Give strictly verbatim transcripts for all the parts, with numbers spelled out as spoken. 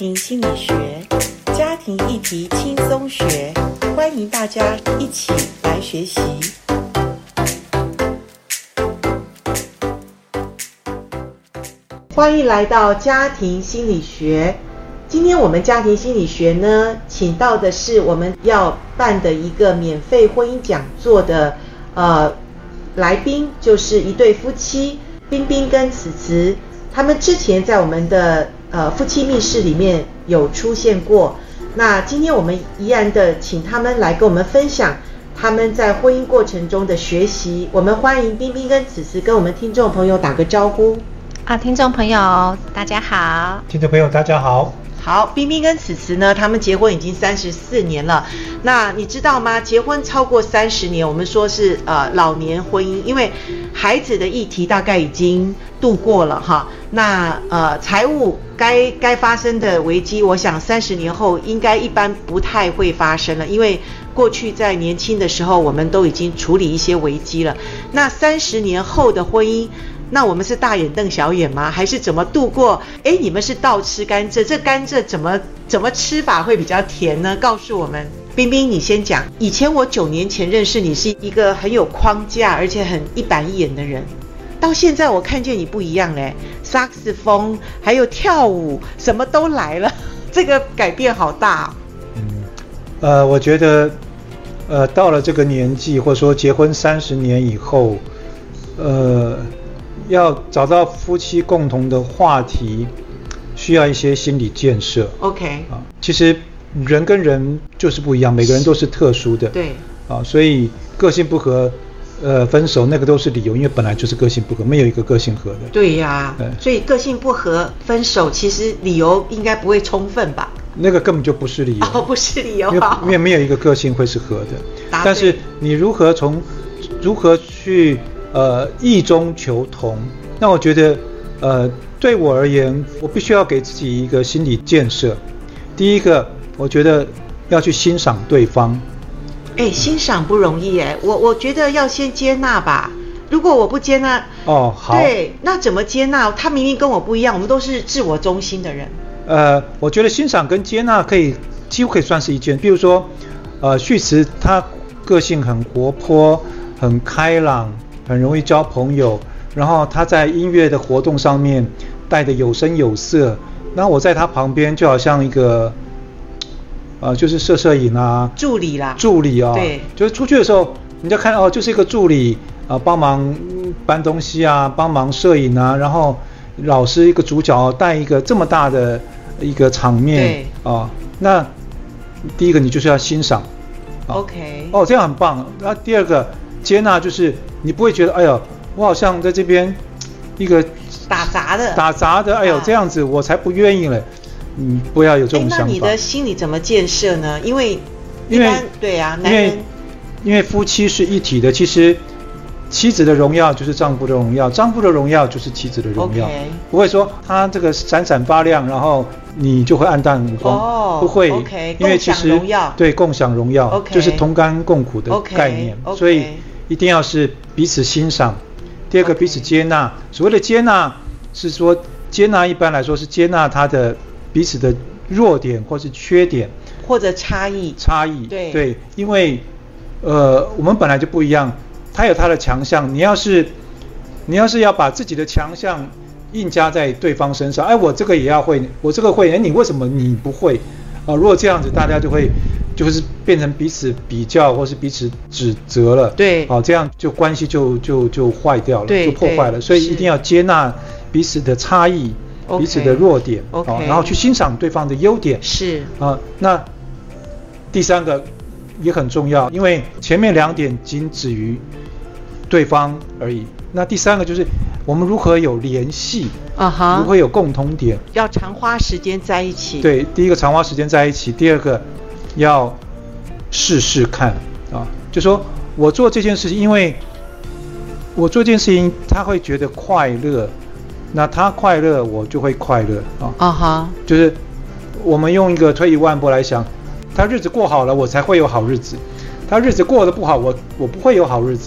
庭心理学，家庭议题轻松学，欢迎大家一起来学习。欢迎来到家庭心理学。今天我们家庭心理学呢，请到的是我们要办的一个免费婚姻讲座的呃来宾，就是一对夫妻，冰冰跟慈慈。他们之前在我们的呃夫妻密室里面有出现过。那今天我们依然的请他们来跟我们分享他们在婚姻过程中的学习。我们欢迎冰冰跟慈慈跟我们听众朋友打个招呼。 啊，听众朋友大家好。 听众朋友大家好。 好，冰冰跟慈慈呢，他们结婚已经三十四年了。那你知道吗？结婚超过三十年，我们说是呃老年婚姻，因为孩子的议题大概已经度过了哈。那呃财务该该发生的危机，我想三十年后应该一般不太会发生了，因为过去在年轻的时候我们都已经处理一些危机了。那三十年后的婚姻，那我们是大眼瞪小眼吗？还是怎么度过？哎，你们是倒吃甘蔗，这甘蔗怎么怎么吃法会比较甜呢？告诉我们。冰冰，你先讲。以前我九年前认识你是一个很有框架而且很一板一眼的人，到现在我看见你不一样嘞，萨克斯风还有跳舞什么都来了，这个改变好大哦。 嗯，呃，我觉得，呃，到了这个年纪，或者说结婚三十年以后，呃。要找到夫妻共同的话题，需要一些心理建设。 OK， 啊，其实人跟人就是不一样，每个人都是特殊的。 对， 啊，所以个性不合，呃，分手那个都是理由，因为本来就是个性不合，没有一个个性合的。 对呀， 对， 所以个性不合分手，其实理由应该不会充分吧？ 那个根本就不是理由。 哦，不是理由， 因为因为没有一个个性会是合的。但是你如何从如何去呃，异中求同。那我觉得，呃，对我而言，我必须要给自己一个心理建设。第一个，我觉得要去欣赏对方。 哎，欣赏不容易哎，我我觉得要先接纳吧。如果我不接纳， 哦，好， 对，那怎么接纳？他明明跟我不一样，我们都是自我中心的人。 呃，我觉得欣赏跟接纳可以几乎可以算是一件。比如说，呃，旭慈他个性很活泼，很开朗。很容易交朋友，然后他在音乐的活动上面带得有声有色，然后我在他旁边就好像一个，呃，就是摄摄影啊， 助理啦， 助理啊， 对， 就是出去的时候，人家看哦，就是一个助理啊，帮忙搬东西啊，帮忙摄影啊，然后老师一个主角带一个这么大的一个场面，对啊，那第一个你就是要欣赏 ，OK， 哦，这样很棒。那第二个。接纳就是你不会觉得，哎呦，我好像在这边一个打杂的， 打杂的，哎呦，这样子我才不愿意嘞。你不要有这种想法。 那你的心理怎么建设呢？因为一般对啊，男人因为夫妻是一体的，其实妻子的荣耀就是丈夫的荣耀，丈夫的荣耀就是妻子的荣耀。Okay. 不会说他这个闪闪发亮，然后你就会暗淡无光。哦，不会。 Okay. 因为其实对共享荣耀， Okay. 就是同甘共苦的概念。 Okay. Okay. 所以一定要是彼此欣赏。第二个， okay. 彼此接纳。所谓的接纳是说，接纳一般来说是接纳他的彼此的弱点或是缺点， 或者差异。 差异。 对对，因为呃我们本来就不一样。他有他的强项，你要是你要是要把自己的强项硬加在对方身上，哎，我这个也要会，我这个会，哎，你为什么你不会？啊，如果这样子，大家就会就是变成彼此比较，或是彼此指责了。 对， 啊，这样就关系就就就坏掉了， 对， 就破坏了。所以一定要接纳彼此的差异，彼此的弱点， okay, 啊，然后去欣赏对方的优点。 是啊，那第三个也很重要，因为前面两点仅止于对方而已。那第三个就是我们如何有联系，啊哈，如何有共同点， 要常花时间在一起。 对，第一个常花时间在一起，第二个要试试看啊，就说我做这件事情，因为我做这件事情他会觉得快乐，那他快乐我就会快乐啊。啊哈，就是我们用一个退一万步来想，他日子过好了我才会有好日子，他日子过得不好我我不会有好日子。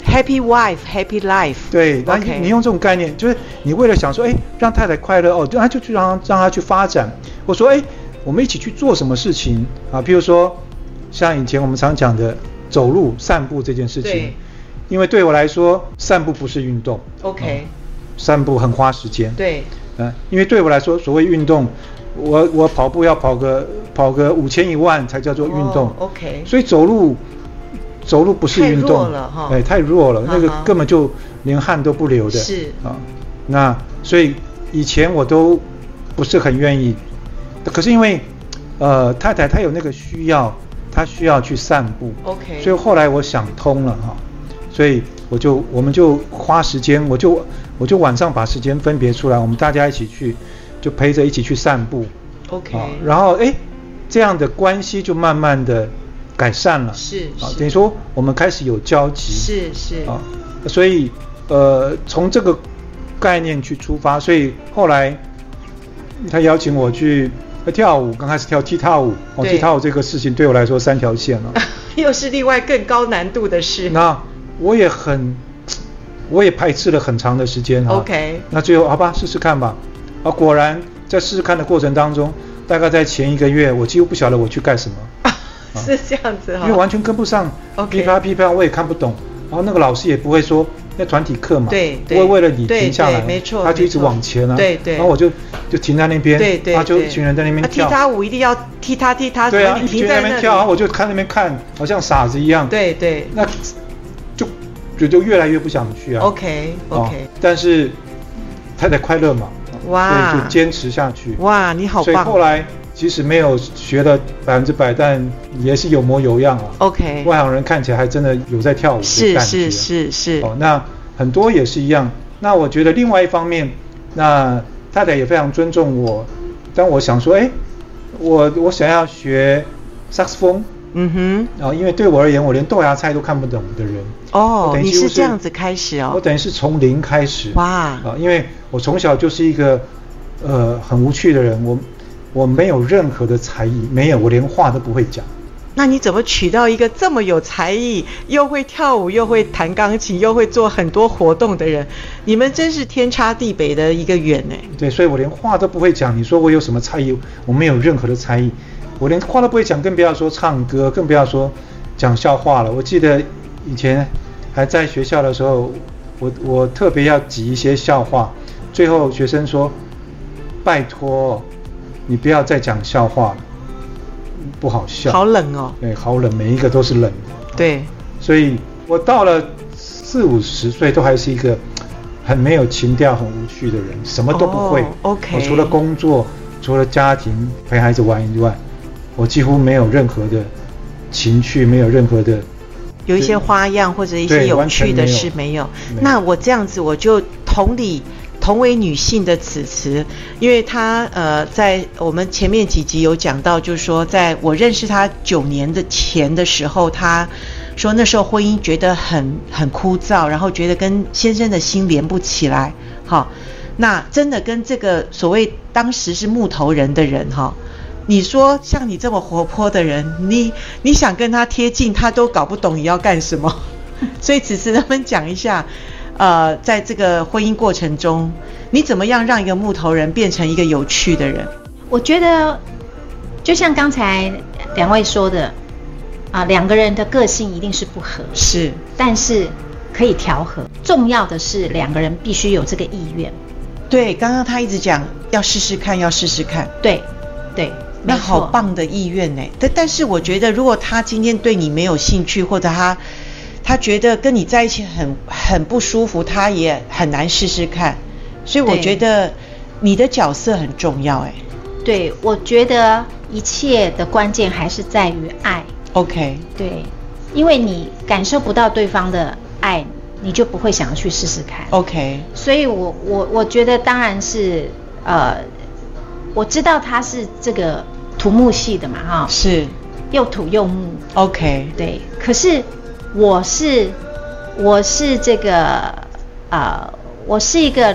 Happy wife, happy life。 对，那 OK 你用这种概念，就是你为了想说，哎，让太太快乐哦，那就去让让她去发展。我说，哎，我们一起去做什么事情啊？比如说，像以前我们常讲的走路、散步这件事情。 对。 因为对我来说，散步不是运动。 OK、 嗯。散步很花时间。 对。 嗯、呃，因为对我来说，所谓运动，我我跑步要跑个跑个五千一万才叫做运动。 哦、OK。 所以走路。走路不是运动， 太弱了哈， 哎，太弱了，那个根本就连汗都不流的。 是啊，那所以以前我都不是很愿意，可是因为呃太太她有那个需要，她需要去散步 ，OK， 所以后来我想通了哈，所以我就我们就花时间，我就我就晚上把时间分别出来，我们大家一起去，就陪着一起去散步 ，OK， 啊，然后哎这样的关系就慢慢的。改善了， 是啊，等于说我们开始有交集， 是是啊，所以呃从这个概念去出发，所以后来他邀请我去跳舞，刚开始跳踢踏舞，哦，踢踏舞这个事情对我来说三条线了， 又是另外更高难度的事。 那我也很，我也排斥了很长的时间哈。 OK， 那最后好吧，试试看吧。啊，果然在试试看的过程当中，大概在前一个月，我几乎不晓得我去干什么。 是这样子哈， 因为完全跟不上，噼啪噼啪我也看不懂，然后那个老师也不会说，那团体课嘛， 对， 不会为了你停下来， 没错， 他就一直往前啊， 对对， 然后我就就停在那边， 对对， 他就一群人在那边跳， 踢踏舞一定要踢踏踢踏， 对啊， 你停在那边跳，然后我就看那边看，好像傻子一样， 对对， 那就就就越来越不想去啊 ，OK OK， 但是太太快乐嘛， 哇， 所以就坚持下去， 哇，你好棒， 所以后来。即使没有学了百分之百，但也是有模有样啊。 OK， 外行人看起来还真的有在跳舞的感觉。 是是是是。 哦，那很多也是一样。那我觉得另外一方面，那太太也非常尊重我。当我想说，哎，我我想要学萨克斯风。 嗯哼。 啊，因为对我而言，我连豆芽菜都看不懂的人。 哦，你是这样子开始哦。 我等于是从零开始。 哇。 啊，因为我从小就是一个呃很无趣的人，我。我没有任何的才艺，没有，我连话都不会讲。 那你怎么娶到一个这么有才艺，又会跳舞，又会弹钢琴，又会做很多活动的人？你们真是天差地北的一个缘哎。 对，所以我连话都不会讲。你说我有什么才艺？我没有任何的才艺，我连话都不会讲，更不要说唱歌，更不要说讲笑话了。我记得以前还在学校的时候，我我特别要挤一些笑话，最后学生说：“拜托。”你不要再讲笑话了，不好笑。 好冷哦。 对，好冷，每一个都是冷的。 对。 所以我到了四五十岁，都还是一个很没有情调、很无趣的人，什么都不会。 哦、OK。 我除了工作，除了家庭陪孩子玩以外，我几乎没有任何的情趣，没有任何的。 有一些花样或者一些有趣的事没有。没有那我这样子，我就同理。同为女性的此词，因为她呃，在我们前面几集有讲到，就是说，在我认识她九年的前的时候，她说那时候婚姻觉得很很枯燥，然后觉得跟先生的心连不起来。好，那真的跟这个所谓当时是木头人的人哈，你说像你这么活泼的人，你你想跟他贴近，他都搞不懂你要干什么。所以此时他们讲一下。呃，在这个婚姻过程中，你怎么样让一个木头人变成一个有趣的人？ 我觉得，就像刚才两位说的，啊、呃，两个人的个性一定是不合， 是，但是可以调和。重要的是两个人必须有这个意愿。 对，刚刚他一直讲要试试看，要试试看。 对，对， 那好棒的意愿呢。但但是我觉得，如果他今天对你没有兴趣，或者他。他觉得跟你在一起很很不舒服，他也很难试试看，所以我觉得你的角色很重要哎。 对，我觉得一切的关键还是在于爱。 OK。 对，因为你感受不到对方的爱，你就不会想要去试试看。 OK。 所以我我我觉得当然是呃，我知道他是这个土木系的嘛哈。 是。 又土又木。 OK。 对，可是。我是，我是这个，呃，我是一个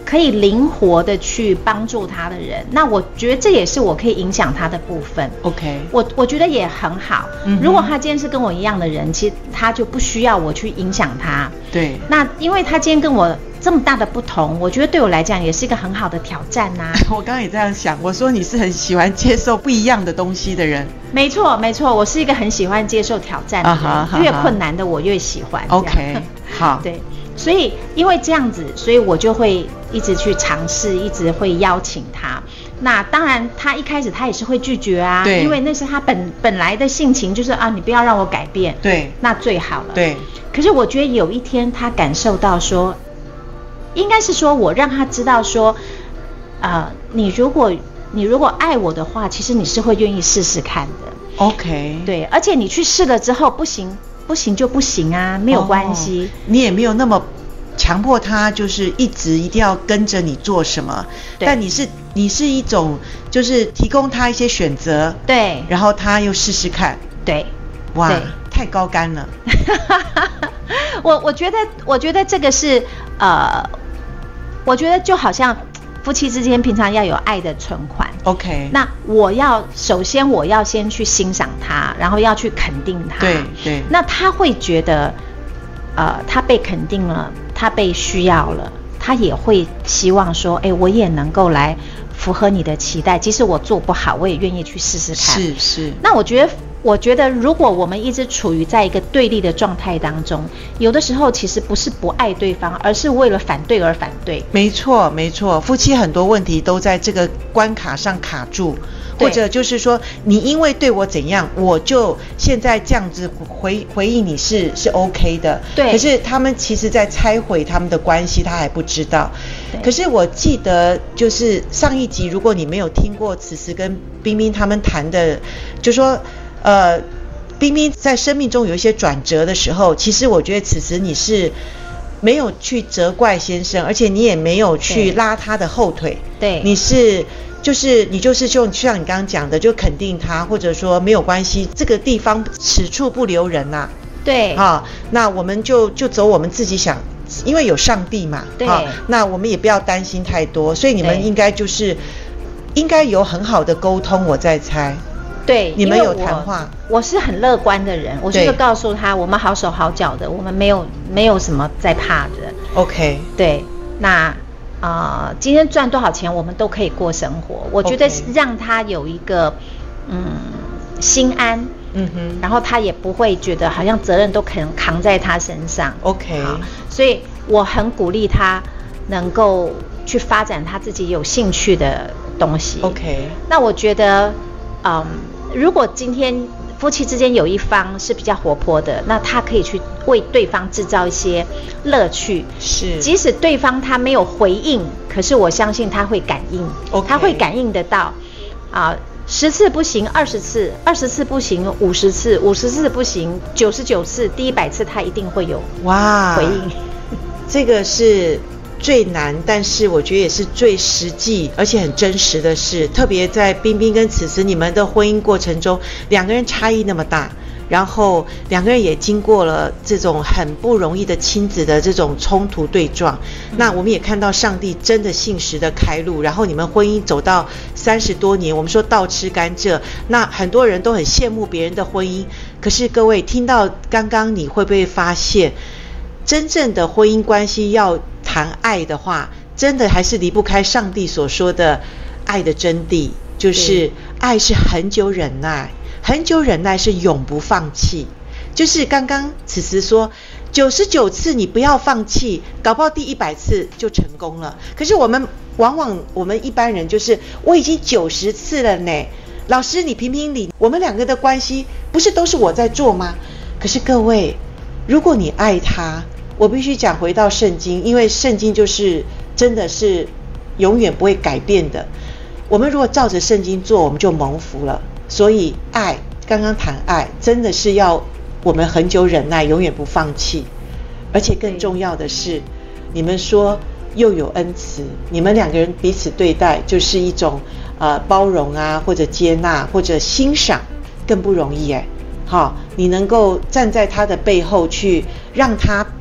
可以灵活的去帮助他的人，那我觉得这也是我可以影响他的部分。 OK， 我我觉得也很好。嗯、如果他今天是跟我一样的人，其实他就不需要我去影响他。 对。 那因为他今天跟我这么大的不同，我觉得对我来讲也是一个很好的挑战呐、啊。 我刚刚也这样想，我说你是很喜欢接受不一样的东西的人。 没错，没错，我是一个很喜欢接受挑战的人，啊、哈哈越困难的我越喜欢。 OK， 好， 对。所以因为这样子，所以我就会一直去尝试，一直会邀请他。那当然他一开始他也是会拒绝啊， 对， 因为那是他本本来的性情，就是啊你不要让我改变， 对， 那最好了。 对。 可是我觉得有一天他感受到说，应该是说我让他知道说，呃，你如果你如果爱我的话，其实你是会愿意试试看的。 OK， 对，而且你去试了之后不行。不行就不行啊，没有关系、哦。 你也没有那么强迫他，就是一直一定要跟着你做什么。但你是你是一种，就是提供他一些选择。 对。 然后他又试试看。 对。 哇，太高竿了。 我我觉得我觉得这个是呃，我觉得就好像夫妻之间平常要有爱的存款。 OK， 那我要首先我要先去欣赏他，然后要去肯定他。 对对。 那他会觉得，呃，他被肯定了，他被需要了，他也会希望说，哎，我也能够来符合你的期待，即使我做不好，我也愿意去试试看。 是是。 那我觉得。我觉得如果我们一直处于在一个对立的状态当中，有的时候其实不是不爱对方，而是为了反对而反对。 没错没错，夫妻很多问题都在这个关卡上卡住，或者就是说你因为对我怎样，我就现在这样子回回应你是是 OK 的。 对。 可是他们其实在拆毁他们的关系，他还不知道。可是我记得就是上一集，如果你没有听过此时跟冰冰他们谈的，就说。呃，冰冰在生命中有一些转折的时候，其实我觉得此时你是没有去责怪先生，而且你也没有去拉他的后腿。 对， 你是就是你就是就像你刚刚讲的，就肯定他，或者说没有关系，这个地方此处不留人呐、啊。 对， 啊，那我们就就走我们自己想，因为有上帝嘛。 对， 啊，那我们也不要担心太多，所以你们应该就是应该有很好的沟通，我在猜。 对， 你们有谈话。 我是很乐观的人，我就是告诉他，我们好手好脚的，我们没有没有什么在怕的。 OK， 对，那啊、呃，今天赚多少钱，我们都可以过生活。我觉得让他有一个嗯心安，嗯哼，然后他也不会觉得好像责任都可能扛在他身上。 OK， 所以我很鼓励他能够去发展他自己有兴趣的东西。 OK， 那我觉得，嗯。如果今天夫妻之间有一方是比较活泼的，那他可以去为对方制造一些乐趣。 是， 即使对方他没有回应，可是我相信他会感应， okay， 他会感应得到。啊、呃，十次不行，二十次，二十次不行，五十次，五十次不行，九十九次，第一百次他一定会有哇回应。 这个是。最难，但是我觉得也是最实际而且很真实的事，特别在冰冰跟此时你们的婚姻过程中，两个人差异那么大，然后两个人也经过了这种很不容易的亲子的这种冲突对撞，那我们也看到上帝真的信实的开路，然后你们婚姻走到三十多年，我们说倒吃甘蔗，那很多人都很羡慕别人的婚姻，可是各位听到刚刚你会不会发现真正的婚姻关系要谈爱的话，真的还是离不开上帝所说的爱的真谛，就是爱是恒久忍耐，恒久忍耐是永不放弃。就是刚刚此时说九十九次你不要放弃，搞不好第一百次就成功了。可是我们往往我们一般人就是我已经九十次了呢，老师你评评理，我们两个的关系不是都是我在做吗？可是各位，如果你爱他，我必须讲回到圣经，因为圣经就是真的是永远不会改变的。我们如果照着圣经做，我们就蒙福了。所以爱，刚刚谈爱，真的是要我们恒久忍耐，永远不放弃。而且更重要的是，你们说又有恩慈，你们两个人彼此对待就是一种呃包容啊，或者接纳，或者欣赏，更不容易哎。好，你能够站在他的背后去让他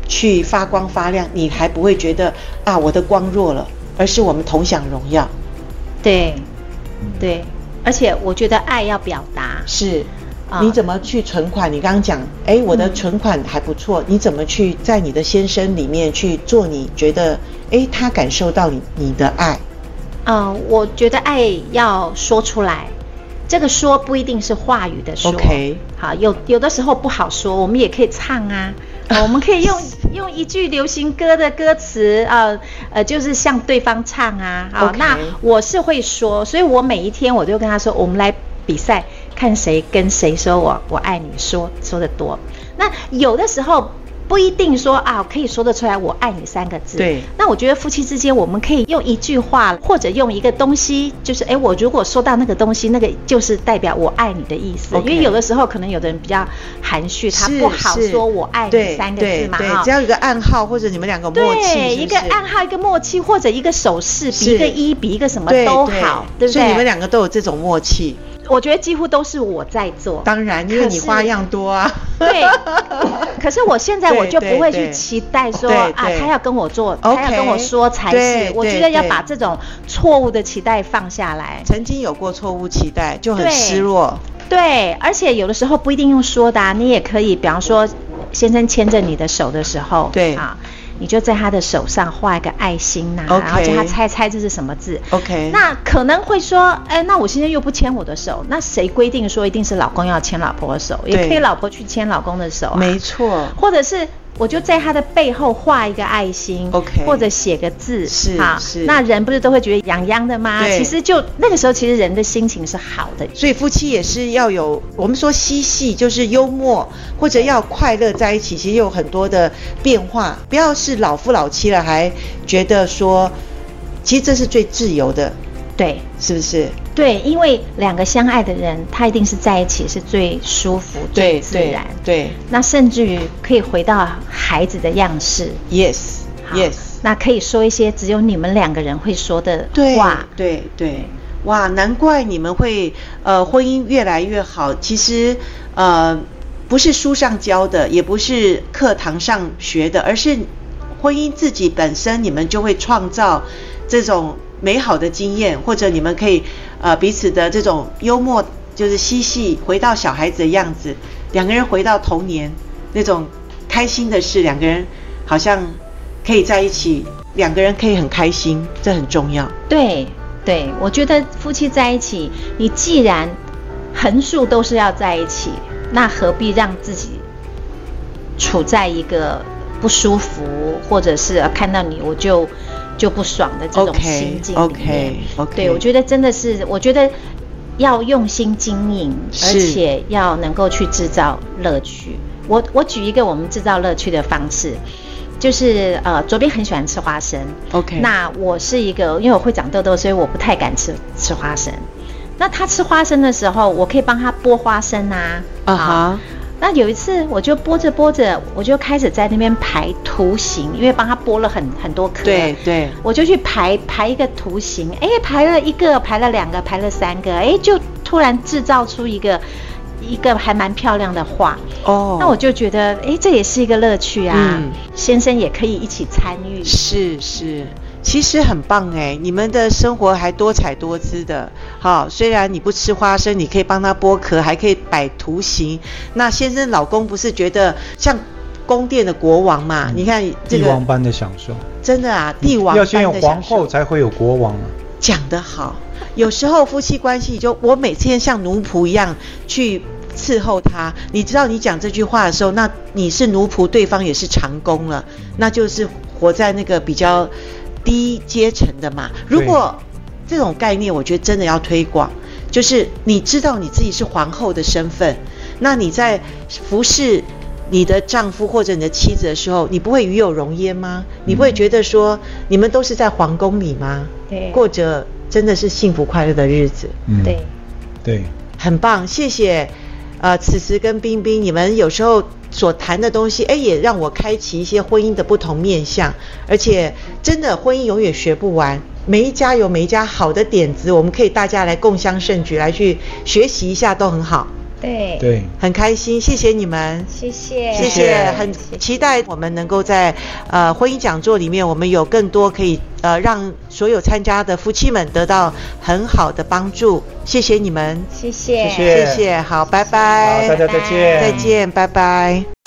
去发光发亮，你还不会觉得啊我的光弱了，而是我们同享荣耀。 对，对，而且我觉得爱要表达是。你怎么去存款？你刚刚讲，哎，我的存款还不错，嗯、你怎么去在你的先生里面去做？你觉得，哎，他感受到你你的爱？ 嗯、呃，我觉得爱要说出来，这个说不一定是话语的说。 OK， 好，有有的时候不好说，我们也可以唱啊。呃、我们可以用用一句流行歌的歌词啊、呃，呃，就是向对方唱啊。好， okay. 那我是会说，所以我每一天我就跟他说，我们来比赛。看谁跟谁说我我爱你说说得多，那有的时候不一定说啊可以说得出来我爱你三个字。 对， 那我觉得夫妻之间我们可以用一句话或者用一个东西，就是哎我如果说到那个东西，那个就是代表我爱你的意思。Okay. 因为有的时候可能有的人比较含蓄，他不好说我爱你三个字嘛。 对，对，只要有一个暗号或者你们两个默契， 对， 是不是？ 一个暗号一个默契或者一个手势，比一个一比一个什么都好， 对， 对， 对不对？ 所以你们两个都有这种默契。 我觉得几乎都是我在做， 当然，因为你花样多啊。 对，可是我现在我就不会去期待说啊，他要跟我做，他要跟我说才是。我觉得要把这种错误的期待放下来。 曾经有过错误期待，就很失落。 对，而且有的时候不一定用说的啊，你也可以，比方说先生牵着你的手的时候， 对啊。你就在他的手上画一个爱心呐、啊 okay. 然后叫他猜猜这是什么字。 OK。 那可能会说，哎，那我现在又不牵我的手，那谁规定说一定是老公要牵老婆的手？也可以老婆去牵老公的手、啊。 没错。 或者是我就在他的背后画一个爱心 ，OK， 或者写个字， 是是。 那人不是都会觉得痒痒的吗？其实就那个时候，其实人的心情是好的。 所以夫妻也是要有，我们说嬉戏就是幽默，或者要快乐在一起，其实有很多的变化。不要是老夫老妻了还觉得说，其实这是最自由的。 对， 是不是？ 对，因为两个相爱的人，他一定是在一起是最舒服、最自然。 对，对那甚至于可以回到孩子的样式。 Yes，Yes yes。 那可以说一些只有你们两个人会说的话。 对对对，哇，难怪你们会呃婚姻越来越好。其实呃不是书上教的，也不是课堂上学的，而是婚姻自己本身，你们就会创造这种美好的经验，或者你们可以呃彼此的这种幽默，就是嬉戏，回到小孩子的样子，两个人回到童年那种开心的事，两个人好像可以在一起，两个人可以很开心，这很重要。 对对，我觉得夫妻在一起，你既然横竖都是要在一起，那何必让自己处在一个不舒服，或者是看到你我就就不爽的这种心境里面。 OK OK OK。 对，我觉得真的是，我觉得要用心经营，而且要能够去制造乐趣。我我举一个我们制造乐趣的方式，就是呃，左边很喜欢吃花生。 OK。 那我是一个，因为我会长痘痘，所以我不太敢吃吃花生。那他吃花生的时候，我可以帮他剥花生啊。 啊哈。 那有一次我就剥着剥着，我就开始在那边排图形，因为帮他剥了很很多颗。 对对。我就去排排一个图形，哎，排了一个，排了两个，排了三个，哎，就突然制造出一个一个还蛮漂亮的画。哦。那我就觉得，哎，这也是一个乐趣啊。嗯。先生也可以一起参与。 是是。其实很棒哎，你们的生活还多彩多姿的。好，虽然你不吃花生，你可以帮他剥壳，还可以摆图形。那先生老公不是觉得像宫殿的国王嘛？嗯、你看这个帝王般的享受。 真的啊，帝王般的享受。 要先有皇后才会有国王嘛。 讲得好，有时候夫妻关系就我每天像奴仆一样去伺候他。你知道你讲这句话的时候，那你是奴仆，对方也是长工了，那就是活在那个比较低阶层的嘛。如果这种概念我觉得真的要推广，就是你知道你自己是皇后的身份，那你在服侍你的丈夫或者你的妻子的时候，你不会与有荣焉吗？你不会觉得说你们都是在皇宫里吗？对，过着真的是幸福快乐的日子。 嗯，对对， 很棒。谢谢呃此时跟冰冰，你们有时候所谈的东西，哎，也让我开启一些婚姻的不同面向。而且真的婚姻永远学不完，每一家有每一家好的点子，我们可以大家来共襄盛举，来去学习一下都很好。 对对， 很开心，谢谢你们， 谢谢， 谢谢，很期待我们能够在呃婚姻讲座里面，我们有更多可以呃让所有参加的夫妻们得到很好的帮助。谢谢你们， 谢谢， 谢谢， 谢谢，好，拜拜， 好，大家再见， 再见，拜拜。